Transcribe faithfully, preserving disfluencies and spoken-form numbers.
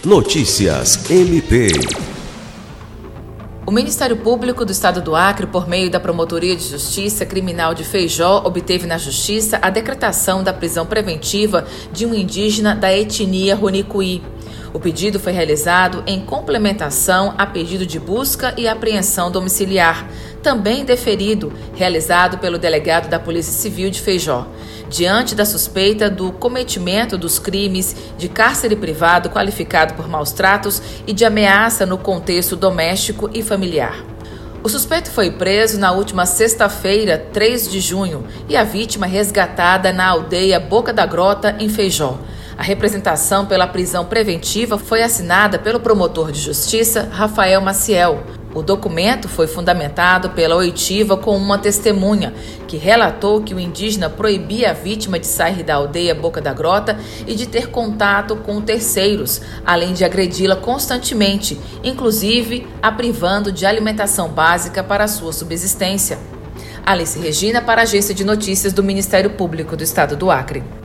Notícias M P. O Ministério Público do Estado do Acre, por meio da Promotoria de Justiça Criminal de Feijó, obteve na Justiça a decretação da prisão preventiva de um indígena da etnia Runicuí. O pedido foi realizado em complementação a pedido de busca e apreensão domiciliar, também deferido, realizado pelo delegado da Polícia Civil de Feijó, diante da suspeita do cometimento dos crimes de cárcere privado qualificado por maus tratos e de ameaça no contexto doméstico e familiar. O suspeito foi preso na última sexta-feira, três de junho, e a vítima resgatada na aldeia Boca da Grota, em Feijó. A representação pela prisão preventiva foi assinada pelo promotor de justiça, Rafael Maciel. O documento foi fundamentado pela oitiva com uma testemunha, que relatou que o indígena proibia a vítima de sair da aldeia Boca da Grota e de ter contato com terceiros, além de agredi-la constantemente, inclusive a privando de alimentação básica para a sua subsistência. Alice Regina, para a Agência de Notícias do Ministério Público do Estado do Acre.